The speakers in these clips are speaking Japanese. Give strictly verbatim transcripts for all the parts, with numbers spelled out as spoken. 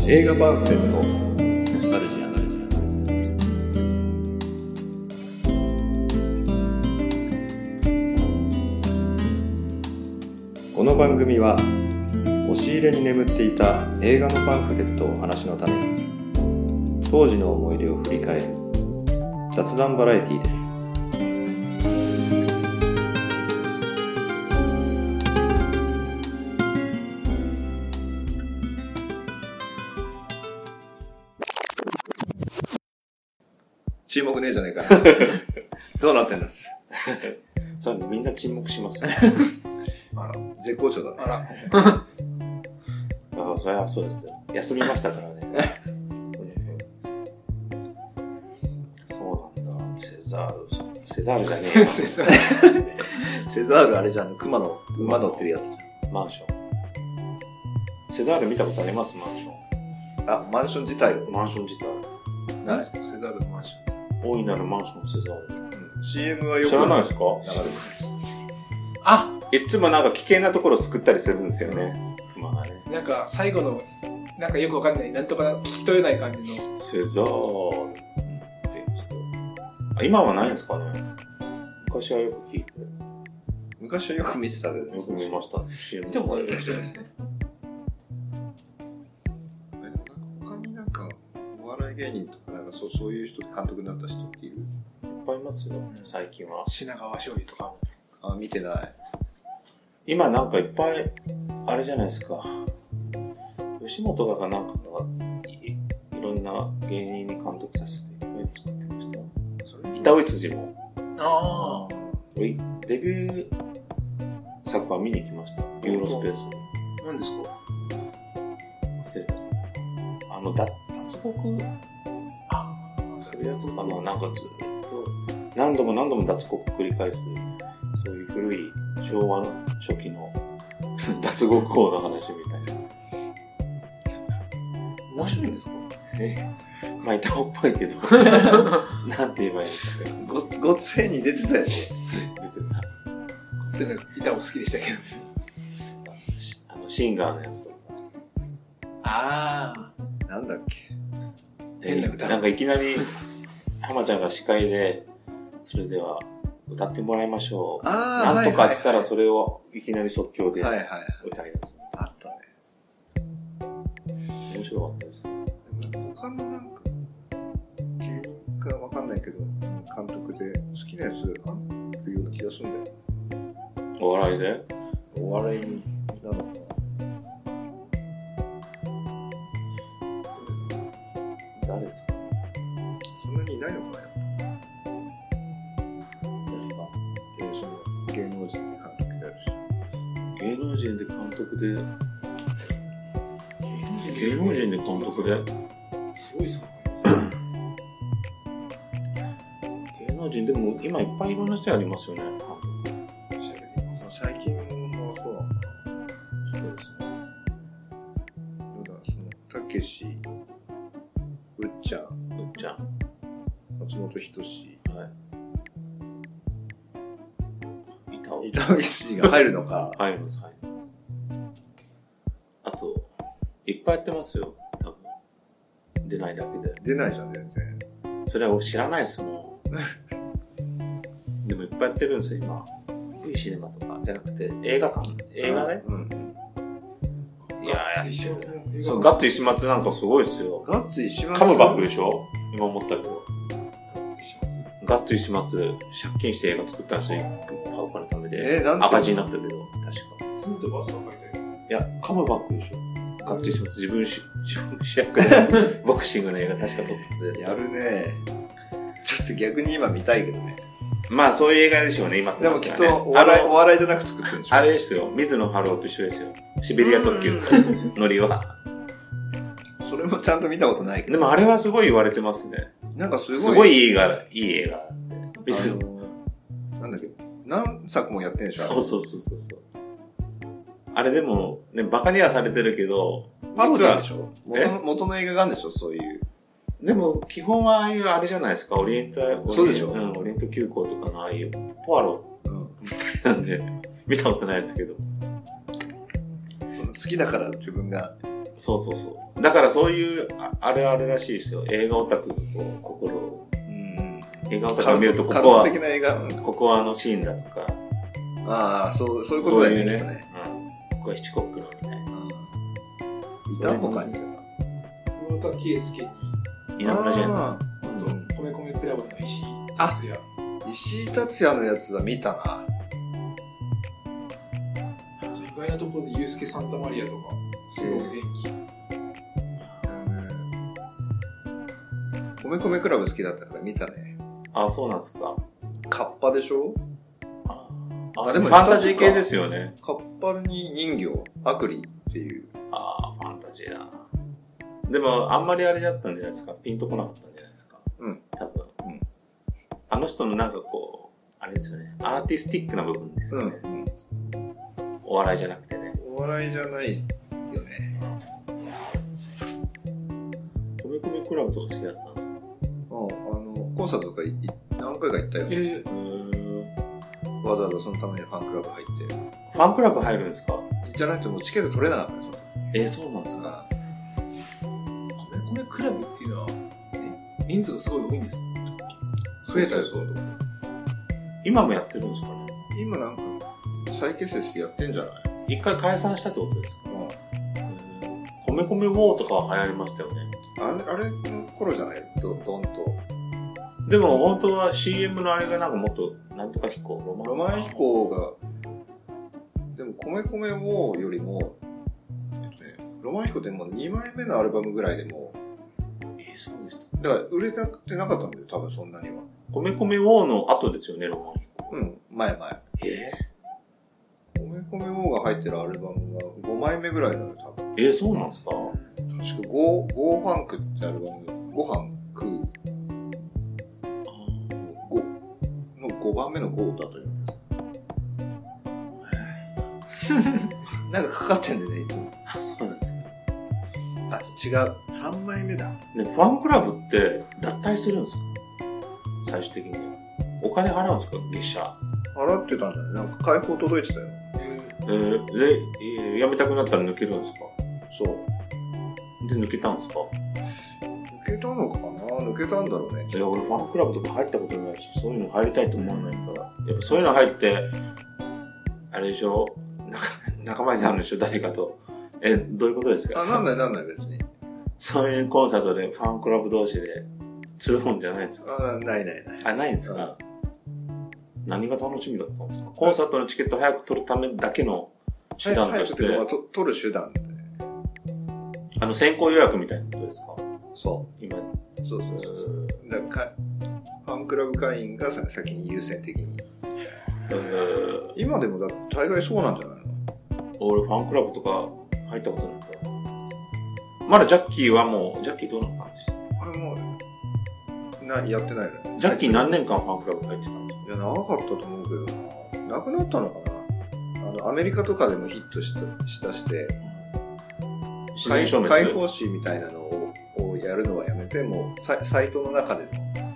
映画パンフレットノスタルジア。この番組は押し入れに眠っていた映画のパンフレットをお話の種に、当時の思い出を振り返る雑談バラエティです。沈黙ねえじゃねえかな。どうなってんだそれみんな沈黙しますよ。 あら、絶好調だね。あら。 あ、それはそうですよ。休みましたからね。そうなんだ。セザール、セザールじゃねえよ。 セザール。セザールあれじゃん。熊の、馬乗ってるやつじゃん。 マンション。セザール見たことあります？マンション。 あ、マンション自体マンション自体。 何ですか？セザールのマンション。 大いなるマンションセザール。 うん、シーエム はよく知らないですか？ 流れてる。 あ、 いつもなんか危険なところを救ったりするんですよね。熊がね。 なんか最後のなんかよくわかんないなんとか聞き取れない感じのセザールって言うんですけど。あ、今はないんですかね。昔はよく聞いて。 昔はよく見てたけど、 よく見ました。シーエム見たことあるかもしれないですね。 他になんかお笑い芸人とかなんかそうそういう人で監督になった人っている？ いっぱいいますよ、最近は。 品川庄司とか。 あ、見てない。 今なんかいっぱいあれじゃないですか。吉本がなんかが い, いろんな芸人に監督させていっぱい作ってました。板尾辻も。 ああ。 デビュー作は見に来ました。ユーロスペース。 何ですか？ 忘れた。あのだ脱獄。 ああ。 そういうやつかな。なんかずっと何度も何度も脱獄繰り返す。そういう古い昭和の初期の脱獄王の話みたいな。 面白いんですか？ え、まあ板尾っぽいけどなんて言えばいいのかね。 ご、ごつえに出てたよね。 出てた。 全部板を好きでしたけど。 あのシンガーのやつとか。 ああ。 なんだっけ。 変な歌。 なんかいきなり浜ちゃんが司会で、それでは歌ってもらいましょう。 ああ、 なんとかって言ったらそれをいきなり即興で歌はいはいい出す。 あったね。 面白かったです。 他のなんか芸人かわかんないけど監督で好きなやつあるような気がするんだよ。 お笑いで？ お笑いなのかな。 誰ですか？ そんなにいないのかな。 誰が？ えー、その芸能人で監督であるし。 芸能人で監督で芸能人で監督ですごいそう。 芸能人でも今いっぱいいろんな人やりますよね。 最近もそうなのかな。 そうですね。 どうだ、そのたけし、うっちゃん、 うっちゃん、 松本人志、 はい。板尾板尾氏が入るのか。 入ります入ります。あといっぱいやってますよ。多分出ないだけで。 出ないじゃん全然。 それは僕知らないですもん。でもいっぱいやってるんですよ今。V シネマとかじゃなくて映画館、映画ね。 うんうん。 いやー、そうガッツ石松なんかすごいですよ。 ガッツ石松。 カムバックでしょ？今思ったけど。ガッツ石松借金して映画作ったんですよ。買うお金貯めて。 えー、なんで赤字になったけど確か。 スーとバスは書いてあります。 いやカムバックでしょ。ガッツ石松自分し自分主役でボクシングの映画確か撮ったやつ。 やるね。ちょっと逆に今見たいけどね。 まあそういう映画でしょうね今って、 でもきっとお笑い、お笑いじゃなく作ってるんでしょ。 あれですよ。水野晴郎と一緒ですよ。シベリア特急のノリは。 それもちゃんと見たことないけど。 でもあれはすごい言われてますね。 なんかすごい。 すごいいい映画、いい映画。水野。 なんだっけ、何作もやってんでしょ。 そうそうそうそうそう。あれでも、ね、バカにはされてるけど、 パロディでしょ。 え元の元の映画があるんでしょ、そういう。 でも基本はああいうあれじゃないですか。オリエンタ、 そうでしょ。 うん、オリエント急行とかのああいうポアロうんなんで見たことないですけど。 好きだから自分がそうそうそう。だからそういう、あ, あれあれらしいですよ。映画オタクの心を。うん。映画オタクを見ると、ここは、 的な映画、 ここはあのシーンだとか。 ああ、そう、そういうことだよね、きっとね。 うん。ここはヒッチコックのみたいな。 いた他に。 室田圭介に。 稲村ジェンあと、米米クラブの石井達也。 石井達也のやつは見たな。 意外なところでユースケ・サンタマリアとか、すごく元気。 米米クラブ好きだったから見たね。 あ、そうなんですか。 カッパでしょ？ ああ、でもファンタジー系ですよね。 カッパに人魚、アクリっていう。 ああ、ファンタジーだな。でも、あんまりあれだったんじゃないですか。ピンとこなかったんじゃないですか。 うん。 多分。うん。あの人のなんかこう、あれですよね。アーティスティックな部分ですよね。うん。お笑いじゃなくてね。 お笑いじゃないよね。 米米クラブとか好きだったんですか？ああ、 あの、コンサートとか何回か行ったよ。えー、うん。わざわざそのためにファンクラブ入って。 ファンクラブ入るんですか？ じゃなくてもうチケット取れなかったですよ。 えー、そうなんですか？ 米米クラブっていうのは、ね、人数がすごい多いんですか？ 増えたよ、そう。 今もやってるんですかね？ 今なんか、再結成してやってんじゃない？ 一回解散したってことですか？うん。米米ウォーとかは流行りましたよね。 あれ、あれの頃じゃないど、どんと。 でも本当は シーエム のあれがなんかもっと、なんとか飛行、 ロマン、ロマン飛行が、でも米米ウォーよりも、ロマン飛行ってもうにまいめのアルバムぐらいでもえー、そうでした。 だから売れなくてなかったんだよ、多分そんなには。 米米ウォーの後ですよね、ロマン飛行。 うん、前前。 えー、米米ウォーが入ってるアルバムがごまいめぐらいなのよ、多分。 えー、そうなんですか？ 確かゴー、ゴーファンクってアルバム、ご飯食う。ごのごばんめのゴーだという。なんかかかってんだよね、いつも。 あ、そうなんですか。 あ、違う。さんまいめだ。 ね、ファンクラブって脱退するんですか？最終的に。お金払うんですか？月謝。 払ってたんだね。なんか解放届いてたよ。 えー、で、えー、辞めたくなったら抜けるんですか？ そう。 で、抜けたんですか？ 抜けたのかな？抜けたんだろうね。 いや、俺ファンクラブとか入ったことないし、そういうの入りたいと思わないから。やっぱそういうの入って、あれでしょ？仲間になるんでしょ？誰かと。え、どういうことですか？ あ、なんないなんない別に。 そういうコンサートでファンクラブ同士で集うんじゃないですか？ あ、ないないない。 あ、ないんですか？何が楽しみだったんですか？コンサートのチケット早く取るためだけの手段として。 早くと取る手段で。 あの、先行予約みたいなことですか？ そう。今。そうそうそう。だからファンクラブ会員が先に優先的に。今でもだ大概そうなんじゃないの？ 俺ファンクラブとか入ったことないから。まだジャッキーはもう、ジャッキーどうなったんですか？ これもう、な、やってないね。 ジャッキー何年間ファンクラブ入ってたんですか？ いや、長かったと思うけどな。なくなったのかな？あの、アメリカとかでもヒットした、したして、開放誌みたいなのを、をやるのはやめて、もうサ、サイトの中で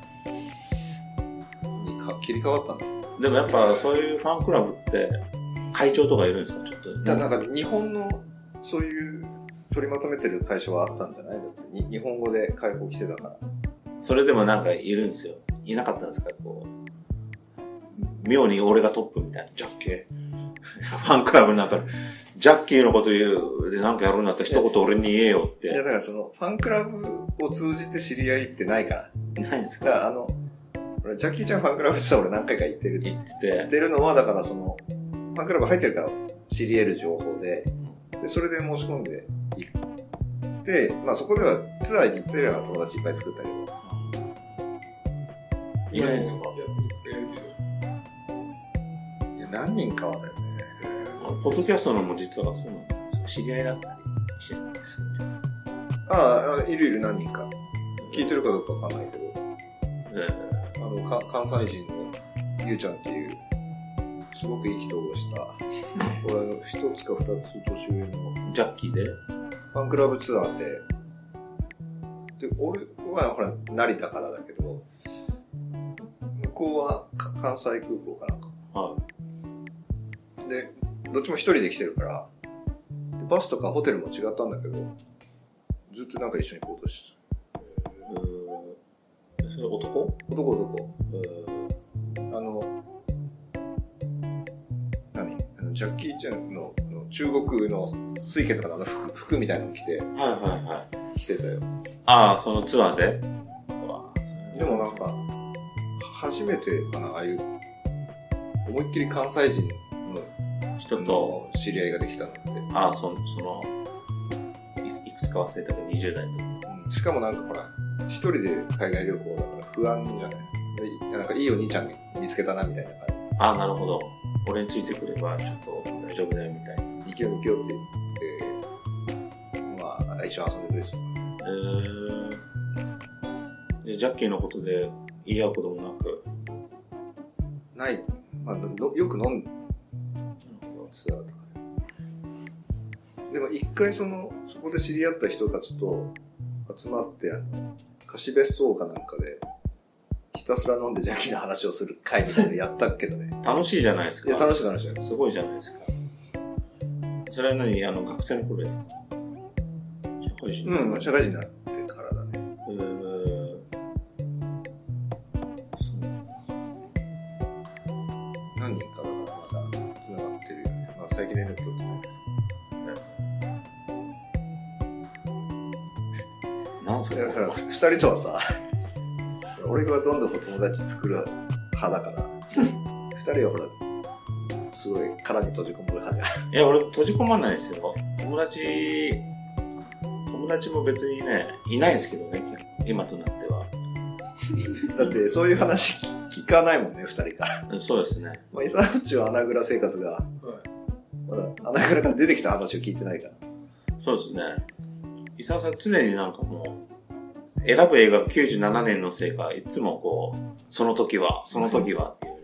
の、にか切り替わったんだ。 でもやっぱそういうファンクラブって会長とかいるんですか？ちょっと。 だなんか日本のそういう取りまとめてる会社はあったんじゃない？だってに日本語で開放来てたから。 それでもなんかいるんですよ。いなかったんですか？こう妙に俺がトップみたいな。ジャッキーファンクラブなんかジャッキーのこと言うでなんかやるんだったら一言俺に言えよって。 いやだからそのファンクラブを通じて知り合いってないから。 ないんですか？ だからあのジャッキーちゃんファンクラブってさ俺何回か行ってる言ってて言ってるのはだからそのファンクラブ入ってるから知り得る情報で、でそれで申し込んで行って、まあそこではツアーに行ってるような友達いっぱい作ったけど。 いないですか？ やってるんですか？やるけど。 いや何人かはだよね。 ポッドキャストのも実はそうなんですか？知り合いだったりしてるんですか？ ああ、いるいる何人か。聞いてるかどうかわかんないけど。 えーあのか関西人のゆうちゃんっていうすごく意気投合した俺の一つか二つ年上のジャッキーでファンクラブツアーでで俺はほら成田からだけど向こうは関西空港かなんか、 はい、 でどっちも一人で来てるからでバスとかホテルも違ったんだけど、ずっとなんか一緒に行こうとしてた。 うーん。それ男？ 男男。あの、何あのジャッキー・チェンの中国の水拳とかのあの 服, 服みたいなの着て、 はいはいはい。 着てたよ。 ああ、そのツアーで？ でもなんか、初めてかな、ああいう、思いっきり関西人の人と知り合いができたのって。 ああ、そ, そのい、いくつか忘れたけど、にじゅう代の時、 うん。しかもなんかほら、一人で海外旅行だから不安じゃないでなんかいいお兄ちゃん見つけたなみたいな感じ。 ああ、なるほど。俺についてくればちょっと大丈夫だよみたいな。 行きよう行きようって言って、まあ、なんか一緒に遊んでくれてた。 えー、で、ジャッキーのことで言い合うこともなくない。まあ、よく飲んで、ツアーとかで。でも一回その、そこで知り合った人たちと集まって、あの、貸別荘かなんかで、ひたすら飲んでジャッキーの話をする会みたいなのやったけどね。 楽しいじゃないですか。 いや、楽しい楽しい。 すごいじゃないですか。それは何あの、学生の頃ですか？社会人？ うん、社会人になってからだね。 えー、 何人かだからまだ繋がってるよね。まあ最近連絡取ってないけど。なんすか？ だから二人とはさ、俺がどんどん友達作る派だから、二人はほら、すごい殻に閉じこもる派じゃん。 いや、俺閉じ込まないですよ。友達、友達も別にね、いないですけどね、今となっては。 だってそういう話聞かないもんね、二人から。 そうですね。 まあ、イサウチは穴蔵生活が、はい、まだ穴蔵から出てきた話を聞いてないから。 そうですね。イサウさん常になんかもう、選ぶ映画きゅうじゅうななねんのせいか、いつもこう、その時は、その時はっていうね。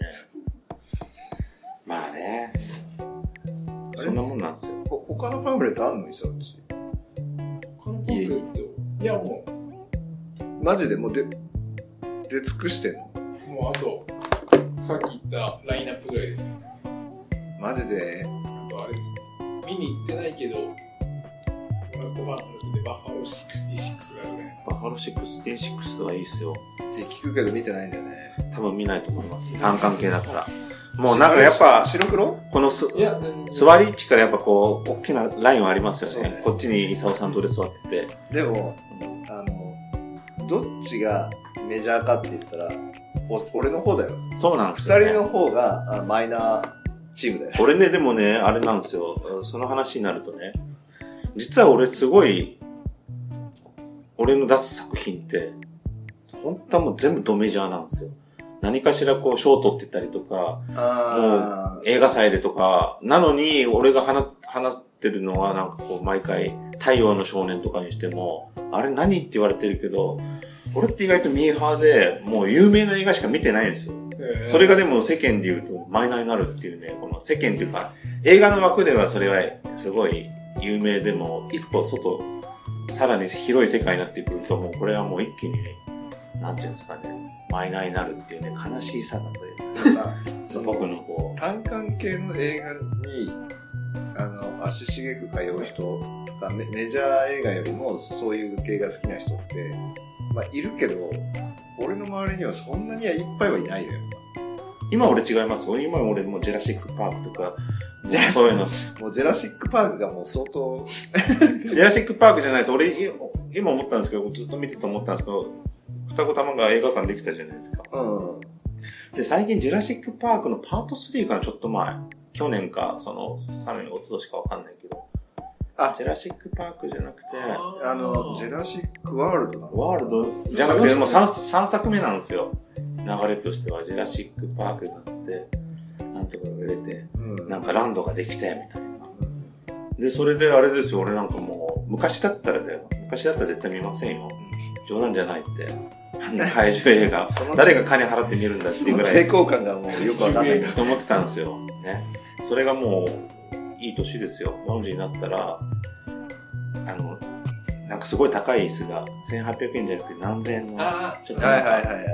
まあね。そんなもんなんですよ。 ほ他のパンフレットあんのイサウチ。 他のパンフレット？いやもう。マジでもう出、出尽くしてんの？ もうあと、さっき言ったラインナップぐらいですよ。 マジで？ あとあれですね。見に行ってないけど、もらったパンフレットでバッファローろくじゅうろくがあるね。 バッファローろくじゅうろくはいいっすよ。 って聞くけど見てないんだよね。 多分見ないと思います。単関係だから。もうなんかやっぱ、 白黒このす、座り位置からやっぱこう、大きなラインはありますよね。ねこっちにイサオさんとで座ってて。 でも、あの、どっちがメジャーかって言ったら、お俺の方だよ。 そうなんですよ、ね。 二人の方がマイナーチームだよ。 俺ね、でもね、あれなんですよ。その話になるとね、実は俺すごい、俺の出す作品って、本当はもう全部ドメジャーなんですよ。何かしらこう賞を取ってたりとか、もう映画祭でとか、なのに俺が話す、話してるのはなんかこう毎回太陽の少年とかにしても、あれ何って言われてるけど、俺って意外とミーハーで、もう有名な映画しか見てないんですよ。それがでも世間で言うとマイナーになるっていうね、この世間っていうか、映画の枠ではそれはすごい有名でも、一歩外、さらに広い世界になってくると、もうこれはもう一気に、なんていうんですかね、マイナーになるっていうね、悲しいさがというか、その僕のこう、 単館系の映画に、あの、足しげく通う人とかメ、メジャー映画よりもそういう系が好きな人って、まあ、いるけど、俺の周りにはそんなにはいっぱいはいないよ。 今俺違いますよ。今俺もうジェラシックパークとか、そういうの。 もうジェラシックパークがもう相当。 ジェラシックパークじゃないです。俺、今思ったんですけど、ずっと見てて思ったんですけど、双子玉が映画館できたじゃないですか。 うん。 で、最近ジェラシックパークのパートスリーからちょっと前、去年か、その、さらに一昨年かわかんないけど、あ、ジェラシックパークじゃなくて、 あの、ジェラシックワールドなのワールドじゃなくて、もう 3, 3作目なんですよ。流れとしては、ジェラシックパークがあって、なんとか売れて、うん、なんかランドができて、みたいな。うん、で、それであれですよ、俺なんかもう、昔だったらだよ。昔だったら絶対見ませんよ。冗談じゃないって。あんな怪獣映画。誰が金払って見るんだっていうぐらい。 抵抗感がもうよくわかんないと思ってたんですよ。ね。それがもう、いい年ですよ。よんじゅうになったら、あの、なんかすごい高い椅子がせんはっぴゃくえんじゃなくて何千円の、ちょっとなんか、はいはいはい、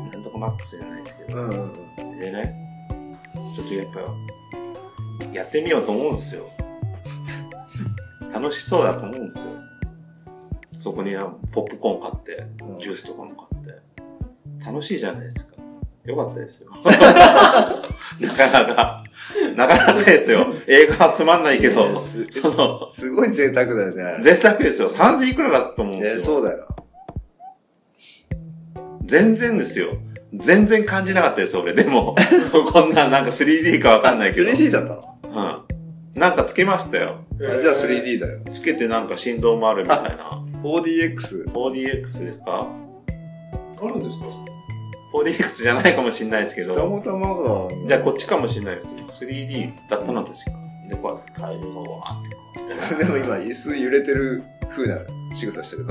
なんとかマックスじゃないですけど、うんうんうん、でね、ちょっとやっぱ、やってみようと思うんですよ。 楽しそうだと思うんですよ。そこにポップコーン買って、ジュースとかも買って。楽しいじゃないですか。よかったですよ。なかなか、なかなかですよ。映画はつまんないけど、 すその、 すごい贅沢だよね。 贅沢ですよ。さんぜんいくらだと思うんですよ。 えー、そうだよ。 全然ですよ。全然感じなかったですよ、俺。でも、こんななんか スリーディー かわかんないけど。 スリーディー だったの？うん。なんかつけましたよ。 あ、じゃあ スリーディー だよ。 つけてなんか振動もあるみたいな。 フォーディーエックス。 フォーディーエックス ですか？ あるんですか？ フォーディーエックス じゃないかもしれないですけど。 たまたまが。 じゃあこっちかもしれないです。スリーディー だったの確か。で、こうやって階段がわーってこう。 でも今、椅子揺れてる風な仕草してるから。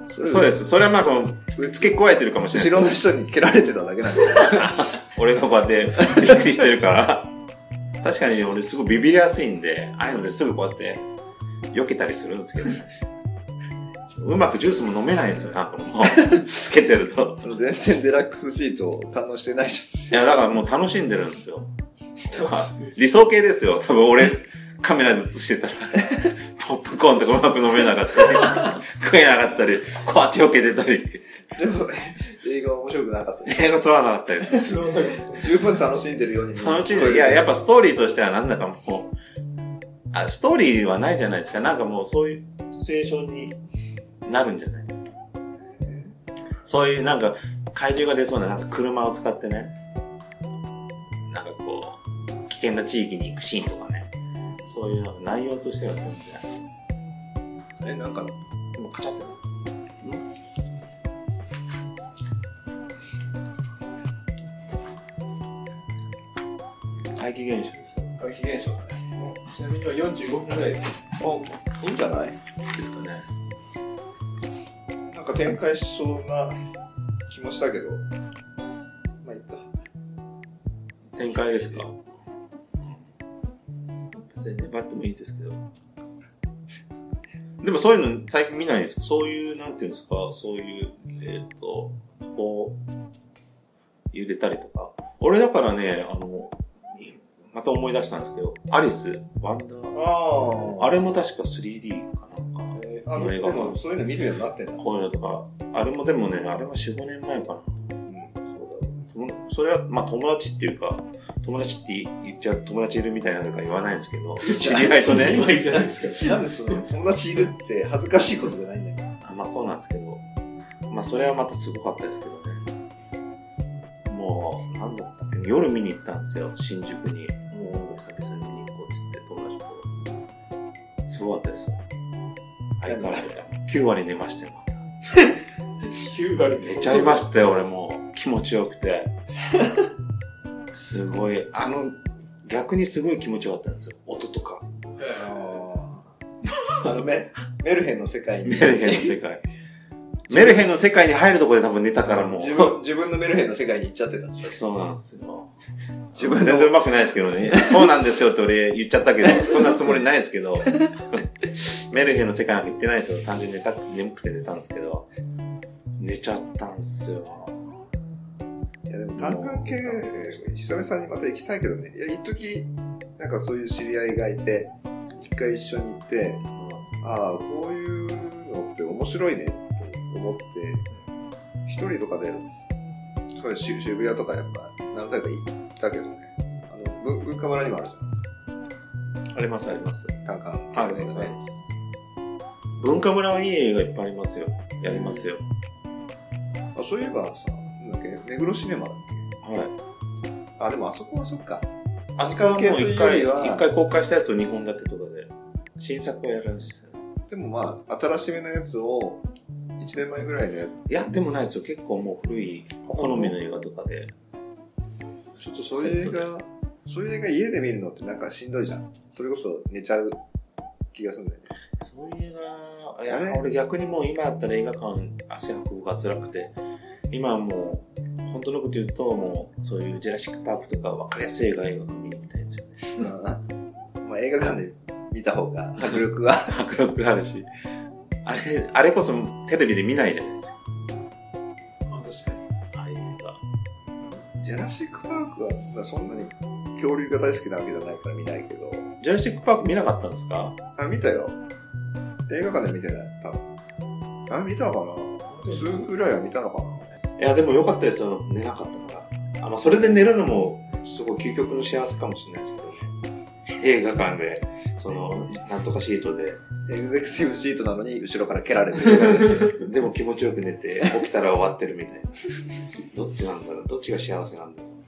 そうです。それはまあこの、付け加えてるかもしれない。 後ろの人に蹴られてただけなんだよ。 俺がこうやってびっくりしてるから。確かに俺すごいビビりやすいんで、ああいうのですぐこうやって避けたりするんですけど、うまくジュースも飲めないんですよ、なんかもう。つけてると。 その全然デラックスシートを堪能してないし。 いや、だからもう楽しんでるんですよ。理想系ですよ。多分俺、カメラずつしてたら、ポップコーンとかうまく飲めなかったり、食えなかったり、こうやって避けてたり。 でも、映画は面白くなかったです。 映画つまらなかったです。 十分楽しんでるように見える。 楽しんでる。いや、やっぱストーリーとしてはなんだかもう、あ、ストーリーはないじゃないですか。なんかもうそういうシチュエーションになるんじゃないですか。そういうなんか、怪獣が出そうななんか車を使ってね、なんかこう、危険な地域に行くシーンとかね、そういうなんか内容としては全然。 え、なんか、 でもカチャってる。怪奇現象ですよ。 怪奇現象だね。 ちなみに今よんじゅうごふんぐらいです。 あ、いいんじゃないですかね。 なんか展開しそうな気もしたけど、まあいいか。 展開ですか？別に粘ってもいいですけど。でもそういうの最近見ないんですか？そういう、なんていうんですか？そういう、えっと、こう、茹でたりとか。俺だからね、あの、また思い出したんですけど、アリス、ワンダー。 ああ。 あれも確か スリーディー かなんか。 えー、あの、でもそういうの見るようになってんだ。 こういうのとか。あれもでもね、あれはよん、ごねんまえかな。 うん、そうだろう。 それは、まあ友達っていうか、友達って言っちゃう友達いるみたいなのか言わないんですけど、知り合いとね。 今いいじゃないですか。 なんでその友達いるって恥ずかしいことじゃないんだけど。 まあそうなんですけど、まあそれはまたすごかったですけどね。もう、なんだったっけ、夜見に行ったんですよ、新宿に。もう久々に見に行こうって言って友達と。すごかったですよ。相変わらず。きゅうわり寝ましたよ、また。 きゅうわり寝ちゃいましたよ、俺もう。気持ちよくて。すごい、あの、逆にすごい気持ちよかったんですよ。音とか。 ああ。あのメ、メルヘンの世界に。 メルヘンの世界。メルヘンの世界に入るところで多分寝たからもう。 自分、自分のメルヘンの世界に行っちゃってた。 そうなんですよ。 自分全然上手くないですけどね。そうなんですよって俺言っちゃったけど、そんなつもりないですけど。メルヘンの世界なんか行ってないですよ。単純に寝たくて眠くて寝たんですけど。寝ちゃったんですよ。 いやでも単眼系、久々にまた行きたいけどね。いや、一時なんかそういう知り合いがいて、一回一緒に行って、ああ、こういうのって面白いねって思って、一人とかで、そういう渋谷とかやっぱ何回か行ったけどね。あの、文化村にもあるじゃん。 ありますあります。 単館。 ありますあります。文化村はいい映画いっぱいありますよ。やりますよ。 あ、そういえばさ、なんだっけ、目黒シネマだっけ？はい。 あ、でもあそこはそっか。 あそこはもう一回、一回公開したやつをにほん立てとかで、新作をやるんですよ。 でもまあ、新しめのやつを、いちねんまえぐらいのやつ。 いや、でもないですよ。結構もう古い、好みの映画とかで。 ちょっとそういう映画、そういう映画家で見るのってなんかしんどいじゃん。それこそ寝ちゃう気がするんだよね。 そういう映画、いや、俺逆にもう今だったら映画館足運ぶが辛くて、今はもう、本当のこと言うと、もう、そういうジェラシックパークとか分かりやすい映画、映画館見に行きたいんですよね。 まあ映画館で見た方が迫力が。 迫力があるし、あれ、あれこそテレビで見ないじゃないですか。 あ、確かに。 ああいう映画。 ジェラシックパークはそんなに恐竜が大好きなわけじゃないから見ないけど。 ジェラシックパーク見なかったんですか？ あ、見たよ。 映画館で見てない多分。あ、見たかな数ぐらいは見たのかな。 いや、でも良かったですよ。寝なかったから。あ、まあ、それで寝るのも、すごい究極の幸せかもしれないですけどね。映画館で、その、なんとかシートで。 エグゼクティブシートなのに、後ろから蹴られてる。 でも気持ちよく寝て、起きたら終わってるみたいな。どっちなんだろう、どっちが幸せなんだろう。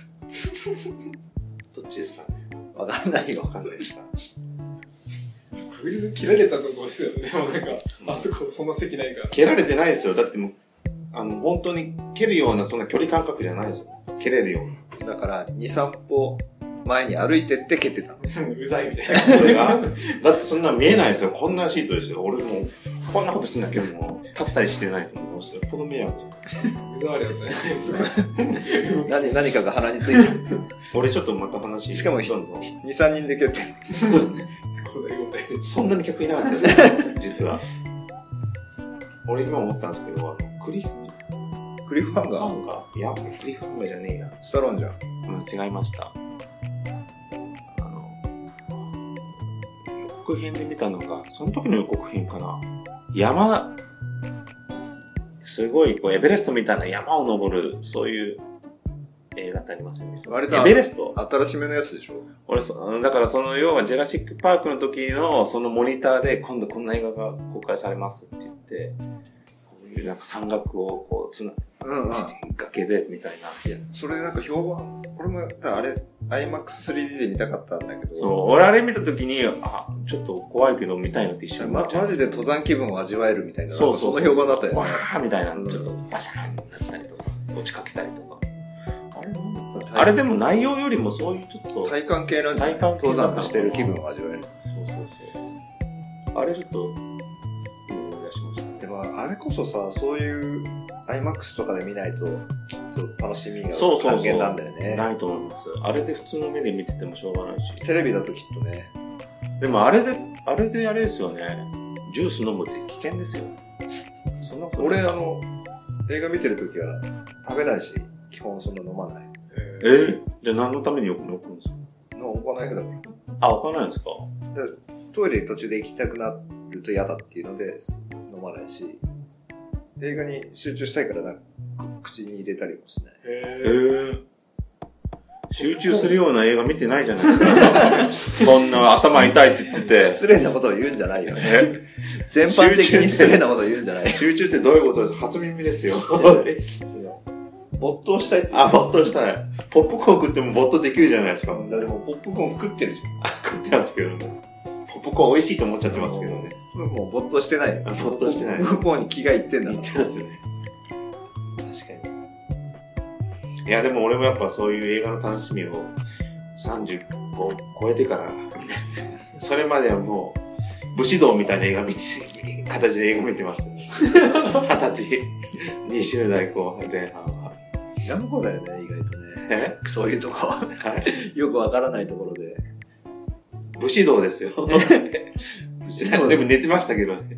どっちですかね。 わかんないよ。 わかんないですか。 確実に切られたとこですよね。でもなんか、あそこそんな席ないから。 蹴られてないですよ。だってもう、あの、本当に蹴るような、そんな距離感覚じゃないですよ。蹴れるような。だから、に、さん歩前に歩いてって蹴ってたの。 うざいみたいな。 それが、だってそんな見えないですよ。こんなシートですよ。俺もう、こんなことしてなきゃもう、立ったりしてないと思う。よっぽど迷惑。 うざわれだったじゃないですか。 何、何かが鼻についてる。 俺ちょっとまた話。 しかも、に、さんにんで蹴ってる。 そんなに客いなかったです実は。俺今思ったんですけど、あの、クリフ、 クリフハンガーハンガーいや、クリフハンガーじゃねえや。 スタローンじゃん。 間違いました。あの、予告編で見たのが、その時の予告編かな。山、すごい、こう、エベレストみたいな山を登る、そういう映画ってありませんでした？ 割とエベレスト新しめのやつでしょ？ 俺そ、だからその、要はジェラシックパークの時の、そのモニターで、今度こんな映画が公開されますって言って、こういうなんか山岳をこう、つな、 うんうん。 崖で、みたいな。 いや、それなんか評判、俺も、あれ、アイマックススリーディー で見たかったんだけど。 そう、俺あれ見た時に、あ、ちょっと怖いけど見たいなって一瞬ま、マジで登山気分を味わえるみたいな。 そうそうそう。 その評判だったよね。 わーみたいな、ちょっとバシャーンになったりとか、落ちかけたりとか。あれなんだあれでも内容よりもそういうちょっと。 体感系なんじゃない？ 体感系登山してる気分を味わえる。 そうそうそう。あれちょっと、思い出しましたね。 でも、あれこそさ、そういう、アイマックス とかで見ないと、楽しみが還元なんだよね。そうそうそう。 ないと思います。あれで普通の目で見ててもしょうがないし。 テレビだときっとね。 でもあれです、あれであれですよね。ジュース飲むって危険ですよ。そんなこと俺、あの、映画見てるときは食べないし、基本そんな飲まない。 えー、じゃあ何のためによく飲むんですか？ 置かないだから。 あ、置かないんですか？ でトイレ途中で行きたくなると嫌だっていうので飲まないし、映画に集中したいからなんか口に入れたりもしない。 へー。集中するような映画見てないじゃないですか。そんな頭痛いって言ってて。 失礼なことを言うんじゃないよね。全般的に失礼なことを言うんじゃない。 集中ってどういうことですか？初耳ですよ。 没頭したいって。 あ、没頭したい。ポップコーン食っても没頭できるじゃないですか。 だでもポップコーン食ってるじゃん。 あ、食ってますけどね。ポップコーン美味しいと思っちゃってますけどね。 それもう没頭してないよ。 没頭してない。 ポップコーンに気がいってんだ。 いってますよね。確かに。いや、でも俺もやっぱそういう映画の楽しみをさんじゅうご超えてから、それまではもう武士道みたいな映画見て、形で映画見てましたね。二十歳、にじゅう代後半前半は。 頑固だよね、意外とね。 えそういうとこ。 はい。 よくわからないところで。 武士道ですよ。武士道でも寝てましたけどね。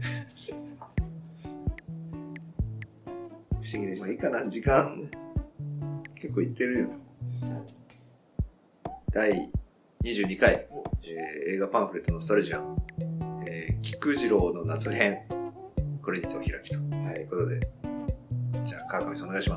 不思議でした。 まあいいかな、時間、結構いってるよ。だいにじゅうにかい、えー、映画パンフレットノスタルジアン、えー、菊次郎の夏編、これにてお開きと。はい、いうことで。じゃあ、川上さんお願いします。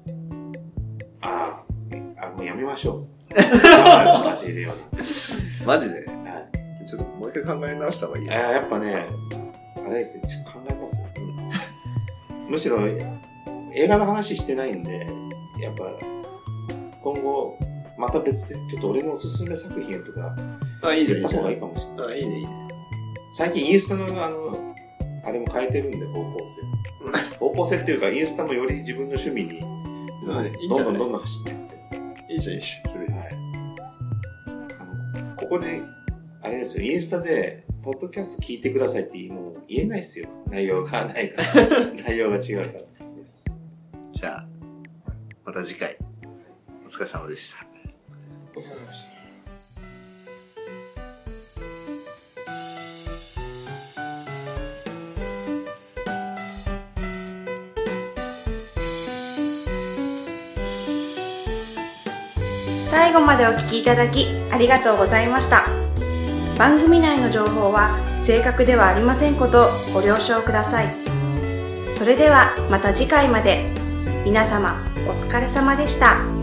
ああ、もうやめましょう。マジでよ。 マジで？ はい。 ちょっともう一回考え直した方がいいよ。 あやっぱね、あれですよ、ちょっと考えます。うん、むしろ、映画の話してないんで、やっぱ、今後、また別で、ちょっと俺のおすすめ作品とか、 あ、いいね。 言った方がいいかもしれない。 あ、いいね、いいね。 最近インスタの、あの、あれも変えてるんで、方向性。方向性っていうか、インスタもより自分の趣味に、どんどんどんどん走っていって。 いいじゃん、いいじゃん。それ。はい。 あの、ここで、あれですよ、インスタで、ポッドキャスト聞いてくださいってもう言えないですよ。内容がないから。内容が違うから。 じゃあ、また次回。お疲れ様でした。 お疲れ様でした。 最後までお聞きいただきありがとうございました。番組内の情報は正確ではありませんことご了承ください。それではまた次回まで。皆様お疲れ様でした。